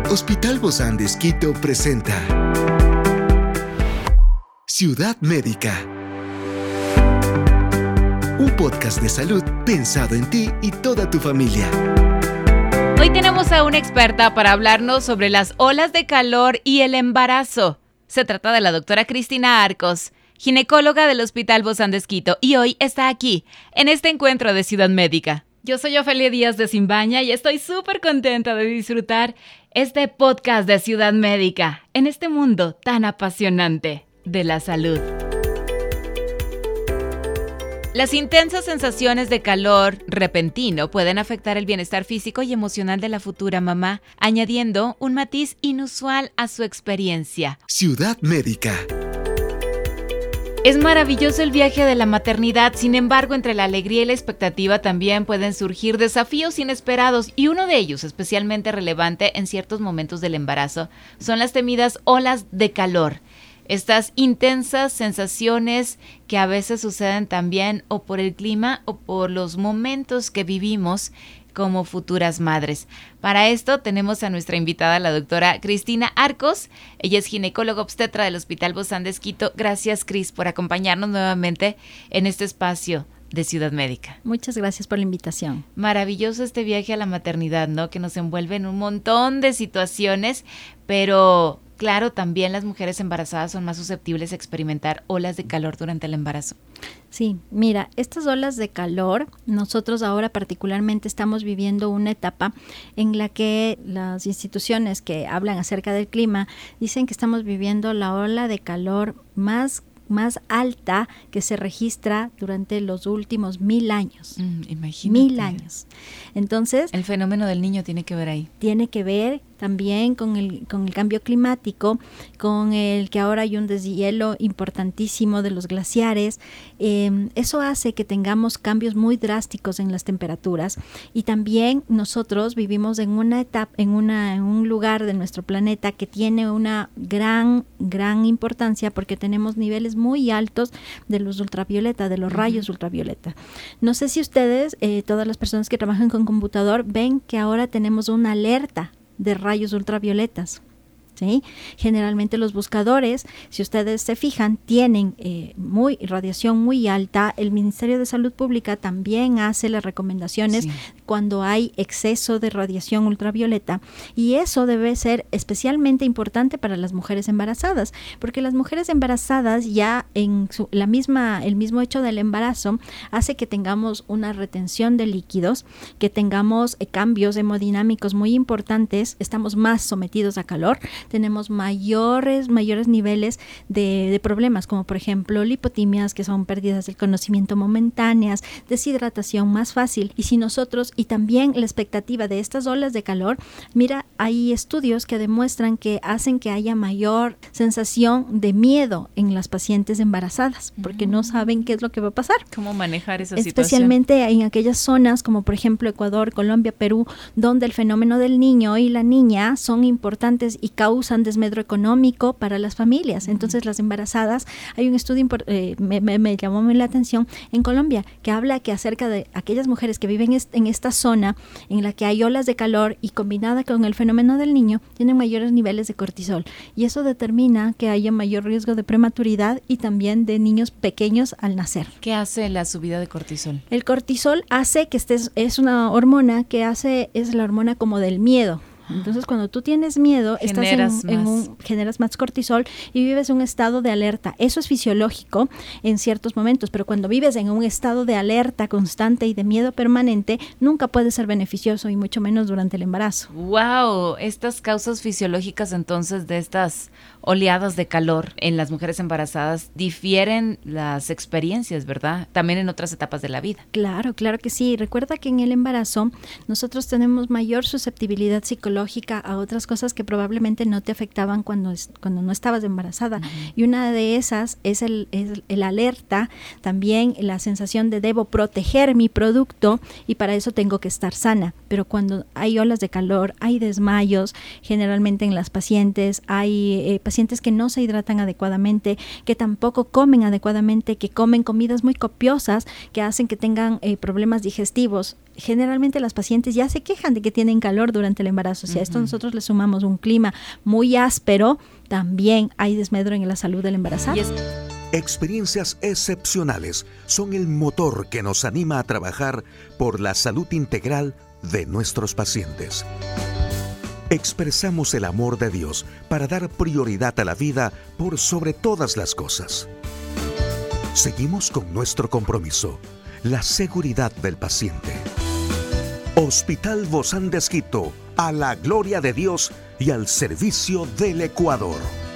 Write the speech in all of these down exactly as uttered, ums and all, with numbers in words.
Hospital Bozán de Esquito presenta Ciudad Médica, un podcast de salud pensado en ti y toda tu familia. Hoy tenemos a una experta para hablarnos sobre las olas de calor y el embarazo. Se trata de la doctora Cristina Arcos, ginecóloga del Hospital Bozán de Esquito, y hoy está aquí, en este encuentro de Ciudad Médica. Yo soy Ofelia Díaz de Simbaña y estoy súper contenta de disfrutar este podcast de Ciudad Médica en este mundo tan apasionante de la salud. Las intensas sensaciones de calor repentino pueden afectar el bienestar físico y emocional de la futura mamá, añadiendo un matiz inusual a su experiencia. Ciudad Médica. Es maravilloso el viaje de la maternidad, sin embargo, entre la alegría y la expectativa también pueden surgir desafíos inesperados, y uno de ellos, especialmente relevante en ciertos momentos del embarazo, son las temidas olas de calor. Estas intensas sensaciones que a veces suceden también o por el clima o por los momentos que vivimos como futuras madres. Para esto tenemos a nuestra invitada, la doctora Cristina Arcos. Ella es ginecóloga obstetra del Hospital Bozán de Esquito. Gracias, Cris, por acompañarnos nuevamente en este espacio de Ciudad Médica. Muchas gracias por la invitación. Maravilloso este viaje a la maternidad, ¿no? Que nos envuelve en un montón de situaciones, pero claro, también las mujeres embarazadas son más susceptibles a experimentar olas de calor durante el embarazo. Sí, mira, estas olas de calor, nosotros ahora particularmente estamos viviendo una etapa en la que las instituciones que hablan acerca del clima dicen que estamos viviendo la ola de calor más más alta que se registra durante los últimos mil años. Mm, imagínate. Mil años. Entonces, el fenómeno del niño tiene que ver ahí. Tiene que ver también con el, con el cambio climático, con el que ahora hay un deshielo importantísimo de los glaciares. Eh, eso hace que tengamos cambios muy drásticos en las temperaturas, y también nosotros vivimos en una etapa, en, una, en un lugar de nuestro planeta que tiene una gran, gran importancia porque tenemos niveles muy altos de luz ultravioleta, de los rayos uh-huh. ultravioleta. No sé si ustedes, eh, todas las personas que trabajan con computador, ven que ahora tenemos una alerta de rayos ultravioletas. ¿Sí? Generalmente los buscadores, si ustedes se fijan, tienen eh, muy radiación muy alta. El Ministerio de Salud Pública también hace las recomendaciones sí. cuando hay exceso de radiación ultravioleta, y eso debe ser especialmente importante para las mujeres embarazadas, porque las mujeres embarazadas ya en su, la misma, el mismo hecho del embarazo hace que tengamos una retención de líquidos, que tengamos eh, cambios hemodinámicos muy importantes, estamos más sometidos a calor, tenemos mayores, mayores niveles de, de problemas, como por ejemplo lipotimias, que son pérdidas del conocimiento momentáneas, deshidratación más fácil. Y si nosotros, y también la expectativa de estas olas de calor, mira, hay estudios que demuestran que hacen que haya mayor sensación de miedo en las pacientes embarazadas, porque no saben qué es lo que va a pasar. ¿Cómo manejar esa Especialmente situación? En aquellas zonas como por ejemplo Ecuador, Colombia, Perú, donde el fenómeno del niño y la niña son importantes y causan desmedro económico para las familias. Entonces las embarazadas, hay un estudio eh, me, me, me llamó la atención en Colombia, que habla que acerca de aquellas mujeres que viven est- en esta zona en la que hay olas de calor y combinada con el fenómeno del niño, tienen mayores niveles de cortisol, y eso determina que haya mayor riesgo de prematuridad y también de niños pequeños al nacer. ¿Qué hace la subida de cortisol? El cortisol hace que estés, es una hormona que hace, es la hormona como del miedo. Entonces, cuando tú tienes miedo, generas estás en, en un, generas más cortisol y vives un estado de alerta. Eso es fisiológico en ciertos momentos, pero cuando vives en un estado de alerta constante y de miedo permanente, nunca puede ser beneficioso, y mucho menos durante el embarazo. ¡Wow! Estas causas fisiológicas entonces de estas oleadas de calor en las mujeres embarazadas difieren las experiencias, ¿verdad? También en otras etapas de la vida. Claro, claro que sí. Recuerda que en el embarazo nosotros tenemos mayor susceptibilidad psicológica a otras cosas que probablemente no te afectaban cuando, cuando no estabas embarazada. Uh-huh. Y una de esas es el, es el alerta, también la sensación de debo proteger mi producto y para eso tengo que estar sana. Pero cuando hay olas de calor, hay desmayos, generalmente en las pacientes, hay eh, pacientes que no se hidratan adecuadamente, que tampoco comen adecuadamente, que comen comidas muy copiosas que hacen que tengan eh, problemas digestivos. generalmente las pacientes ya se quejan de que tienen calor durante el embarazo. Si uh-huh. a esto nosotros le sumamos un clima muy áspero, también hay desmedro en la salud del embarazado. Y es- Experiencias excepcionales son el motor que nos anima a trabajar por la salud integral de nuestros pacientes. Expresamos el amor de Dios para dar prioridad a la vida por sobre todas las cosas. Seguimos con nuestro compromiso, la seguridad del paciente. Hospital Bozán de Esquito, a la gloria de Dios y al servicio del Ecuador.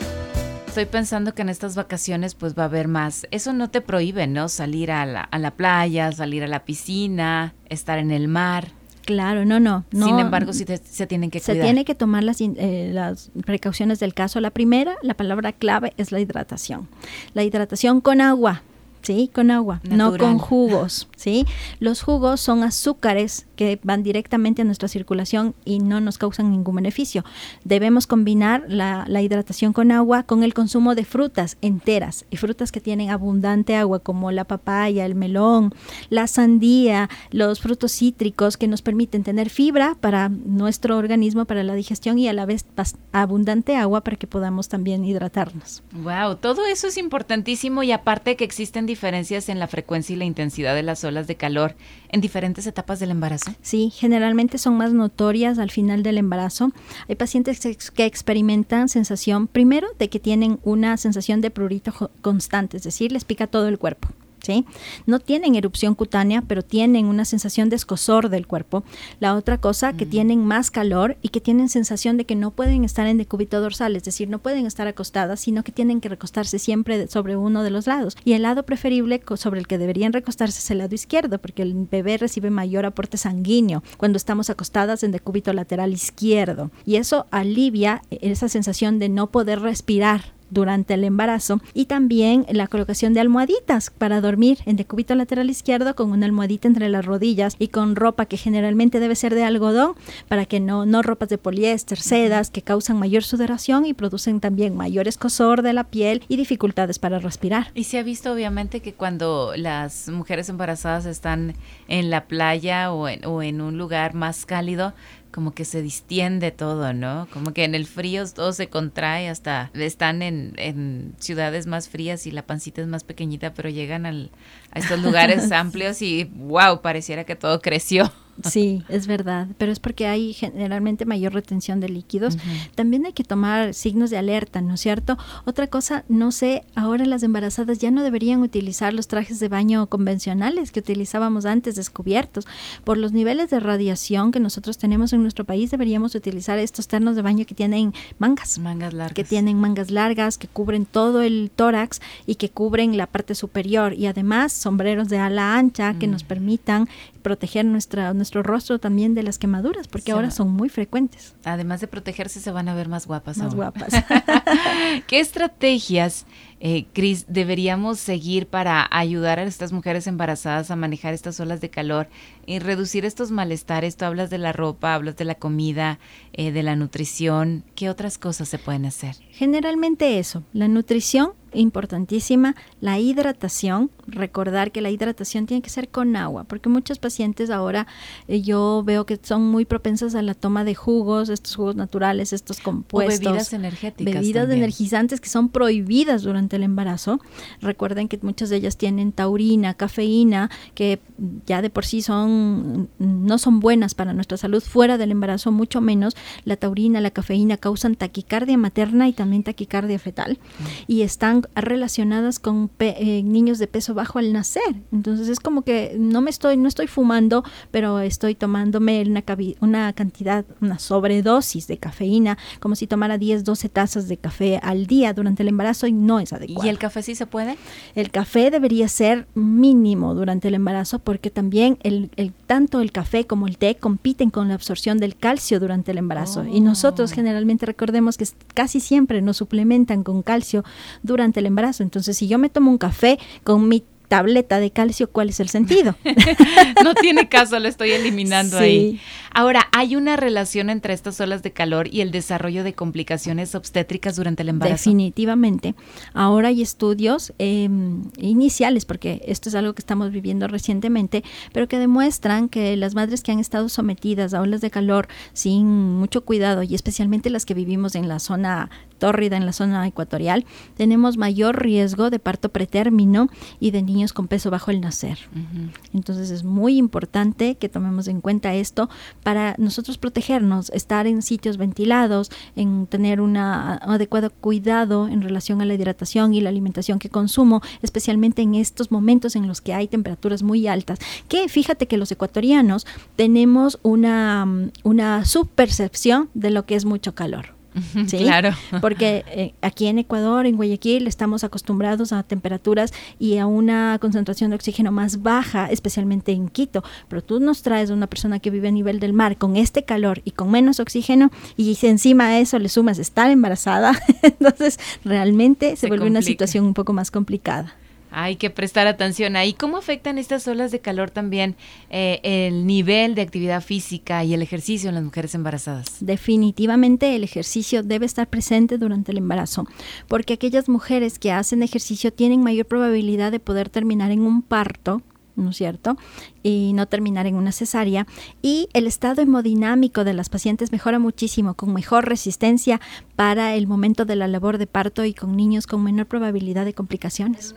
Estoy pensando que en estas vacaciones pues va a haber más. Eso no te prohíbe, ¿no? Salir a la, a la playa, salir a la piscina, estar en el mar. Claro, no, no. no Sin embargo, sí te, se tienen que se cuidar. Se tiene que tomar las, eh, las precauciones del caso. La primera, la palabra clave es la hidratación. La hidratación con agua. Sí, con agua, natural. No con jugos, ¿sí? Los jugos son azúcares que van directamente a nuestra circulación y no nos causan ningún beneficio. Debemos combinar la, la hidratación con agua con el consumo de frutas enteras y frutas que tienen abundante agua, como la papaya, el melón, la sandía, los frutos cítricos que nos permiten tener fibra para nuestro organismo, para la digestión, y a la vez abundante agua para que podamos también hidratarnos. Wow, todo eso es importantísimo, y aparte que existen diferencias en la frecuencia y la intensidad de las olas de calor en diferentes etapas del embarazo. Sí, generalmente son más notorias al final del embarazo. Hay pacientes que experimentan sensación, primero, de que tienen una sensación de prurito constante, es decir, les pica todo el cuerpo. ¿Sí? No tienen erupción cutánea, pero tienen una sensación de escozor del cuerpo. La otra cosa, que mm. tienen más calor y que tienen sensación de que no pueden estar en decúbito dorsal, es decir, no pueden estar acostadas, sino que tienen que recostarse siempre sobre uno de los lados. Y el lado preferible sobre el que deberían recostarse es el lado izquierdo, porque el bebé recibe mayor aporte sanguíneo cuando estamos acostadas en decúbito lateral izquierdo. Y eso alivia esa sensación de no poder respirar durante el embarazo, y también la colocación de almohaditas para dormir en decúbito lateral izquierdo con una almohadita entre las rodillas y con ropa que generalmente debe ser de algodón, para que no, no ropas de poliéster, sedas, que causan mayor sudoración y producen también mayor escozor de la piel y dificultades para respirar. Y se ha visto obviamente que cuando las mujeres embarazadas están en la playa o en, o en un lugar más cálido, como que se distiende todo, ¿no? Como que en el frío todo se contrae, hasta están en, en ciudades más frías y la pancita es más pequeñita, pero llegan al, a estos lugares amplios y wow, pareciera que todo creció. Sí, es verdad, pero es porque hay generalmente mayor retención de líquidos. Uh-huh. También hay que tomar signos de alerta, ¿no es cierto? Otra cosa, no sé, ahora las embarazadas ya no deberían utilizar los trajes de baño convencionales que utilizábamos antes, descubiertos. Por los niveles de radiación que nosotros tenemos en nuestro país, deberíamos utilizar estos ternos de baño que tienen mangas. Mangas largas. Que tienen mangas largas, que cubren todo el tórax y que cubren la parte superior. Y además, sombreros de ala ancha que uh-huh. nos permitan proteger nuestra, nuestro rostro también de las quemaduras, porque sí, ahora son muy frecuentes. Además de protegerse, se van a ver más guapas. Más ahora. guapas. ¿Qué estrategias, eh, Cris, deberíamos seguir para ayudar a estas mujeres embarazadas a manejar estas olas de calor y reducir estos malestares? Tú hablas de la ropa, hablas de la comida, eh, de la nutrición. ¿Qué otras cosas se pueden hacer? Generalmente eso, la nutrición, importantísima, la hidratación, recordar que la hidratación tiene que ser con agua, porque muchos pacientes ahora eh, yo veo que son muy propensas a la toma de jugos, estos jugos naturales, estos compuestos. O bebidas energéticas. Bebidas también. energizantes que son prohibidas durante el embarazo. Recuerden que muchas de ellas tienen taurina, cafeína, que ya de por sí son no son buenas para nuestra salud. Fuera del embarazo, mucho menos. La taurina, la cafeína causan taquicardia materna y también taquicardia fetal. Mm. Y están relacionadas con pe- eh, niños de peso bajo al nacer. Entonces es como que no me estoy no estoy fumando, pero estoy tomándome una, cavi- una cantidad, una sobredosis de cafeína, como si tomara diez, doce tazas de café al día durante el embarazo, y no es adecuado. ¿Y el café sí se puede? El café debería ser mínimo durante el embarazo, porque también el, el tanto el café como el té compiten con la absorción del calcio durante el embarazo. Oh. Y nosotros generalmente recordemos que casi siempre nos suplementan con calcio durante el embarazo. Entonces, si yo me tomo un café con mi tableta de calcio, ¿cuál es el sentido? No tiene caso, lo estoy eliminando sí. ahí. Ahora, ¿hay una relación entre estas olas de calor y el desarrollo de complicaciones obstétricas durante el embarazo? Definitivamente. Ahora hay estudios eh, iniciales, porque esto es algo que estamos viviendo recientemente, pero que demuestran que las madres que han estado sometidas a olas de calor sin mucho cuidado, y especialmente las que vivimos en la zona tórrida, en la zona ecuatorial, tenemos mayor riesgo de parto pretérmino y de niños con peso bajo al nacer. Uh-huh. Entonces es muy importante que tomemos en cuenta esto para nosotros protegernos, estar en sitios ventilados, en tener un adecuado cuidado en relación a la hidratación y la alimentación que consumo, especialmente en estos momentos en los que hay temperaturas muy altas. Que fíjate que los ecuatorianos tenemos una, una subpercepción de lo que es mucho calor. ¿Sí? Claro. Porque eh, aquí en Ecuador, en Guayaquil, estamos acostumbrados a temperaturas y a una concentración de oxígeno más baja, especialmente en Quito. Pero tú nos traes a una persona que vive a nivel del mar con este calor y con menos oxígeno, y si encima a eso le sumas estar embarazada, entonces realmente se, se vuelve complica. Una situación un poco más complicada. Hay que prestar atención ahí. ¿Cómo afectan estas olas de calor también eh, el nivel de actividad física y el ejercicio en las mujeres embarazadas? Definitivamente el ejercicio debe estar presente durante el embarazo, porque aquellas mujeres que hacen ejercicio tienen mayor probabilidad de poder terminar en un parto, ¿no es cierto? Y no terminar en una cesárea. Y el estado hemodinámico de las pacientes mejora muchísimo, con mejor resistencia para el momento de la labor de parto y con niños con menor probabilidad de complicaciones.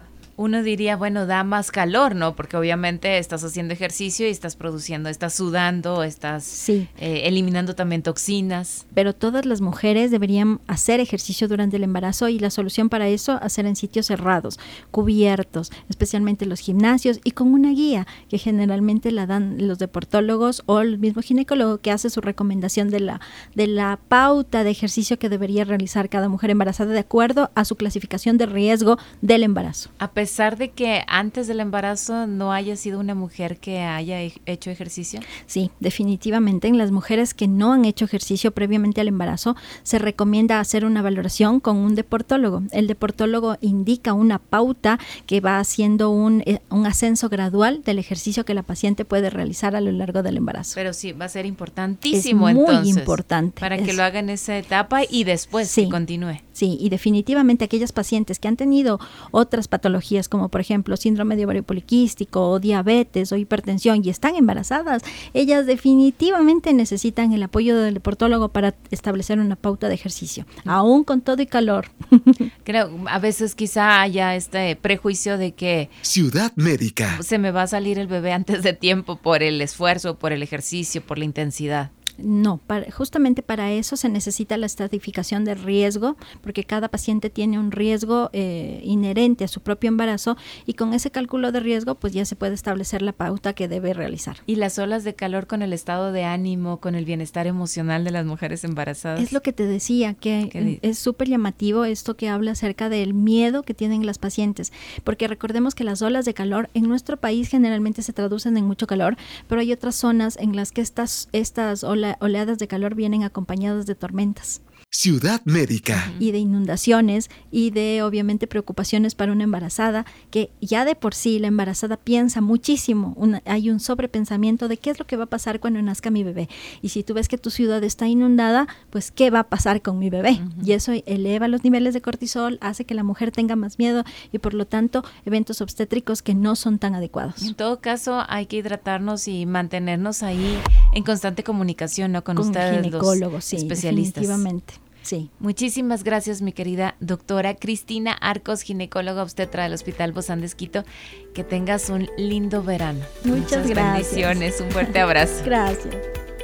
Uno diría, bueno, da más calor, ¿no? Porque obviamente estás haciendo ejercicio y estás produciendo, estás sudando, estás sí. eh, eliminando también toxinas. Pero todas las mujeres deberían hacer ejercicio durante el embarazo, y la solución para eso, hacer en sitios cerrados, cubiertos, especialmente los gimnasios, y con una guía que generalmente la dan los deportólogos o el mismo ginecólogo, que hace su recomendación de la, de la pauta de ejercicio que debería realizar cada mujer embarazada de acuerdo a su clasificación de riesgo del embarazo. A A pesar de que antes del embarazo no haya sido una mujer que haya hecho ejercicio. Sí, definitivamente en las mujeres que no han hecho ejercicio previamente al embarazo se recomienda hacer una valoración con un deportólogo. El deportólogo indica una pauta que va haciendo un, un ascenso gradual del ejercicio que la paciente puede realizar a lo largo del embarazo. Pero sí, va a ser importantísimo es muy entonces. importante. Para es, que lo haga en esa etapa y después sí, que continúe. Sí, y definitivamente aquellas pacientes que han tenido otras patologías, como por ejemplo síndrome de ovario poliquístico o diabetes o hipertensión, y están embarazadas, ellas definitivamente necesitan el apoyo del deportólogo para establecer una pauta de ejercicio, aún con todo y calor. Creo, a veces quizá haya este prejuicio de que Ciudad Médica se me va a salir el bebé antes de tiempo por el esfuerzo, por el ejercicio, por la intensidad. No, para, justamente para eso se necesita la estratificación de riesgo, porque cada paciente tiene un riesgo eh, inherente a su propio embarazo, y con ese cálculo de riesgo pues ya se puede establecer la pauta que debe realizar. ¿Y las olas de calor con el estado de ánimo, con el bienestar emocional de las mujeres embarazadas? Es lo que te decía, que es súper llamativo esto que habla acerca del miedo que tienen las pacientes, porque recordemos que las olas de calor en nuestro país generalmente se traducen en mucho calor, pero hay otras zonas en las que estas, estas olas oleadas de calor vienen acompañadas de tormentas. Ciudad Médica. Y de inundaciones y de obviamente preocupaciones para una embarazada, que ya de por sí la embarazada piensa muchísimo, una, hay un sobrepensamiento de qué es lo que va a pasar cuando nazca mi bebé. Y si tú ves que tu ciudad está inundada, pues qué va a pasar con mi bebé. Uh-huh. Y eso eleva los niveles de cortisol, hace que la mujer tenga más miedo y por lo tanto eventos obstétricos que no son tan adecuados. En todo caso hay que hidratarnos y mantenernos ahí en constante comunicación, ¿no? Con, con ustedes ginecólogos, los sí, especialistas. Definitivamente. Sí. Muchísimas gracias, mi querida doctora Cristina Arcos, ginecóloga obstetra del Hospital Bozán de Esquito. Que tengas un lindo verano. Muchas, Muchas gracias. bendiciones, un fuerte abrazo. Gracias.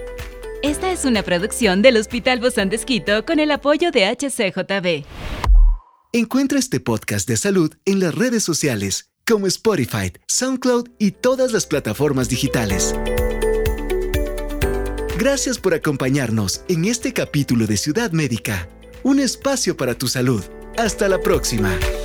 Esta es una producción del Hospital Bozán de Esquito con el apoyo de H C J B. Encuentra este podcast de salud en las redes sociales como Spotify, SoundCloud y todas las plataformas digitales. Gracias por acompañarnos en este capítulo de Ciudad Médica, un espacio para tu salud. Hasta la próxima.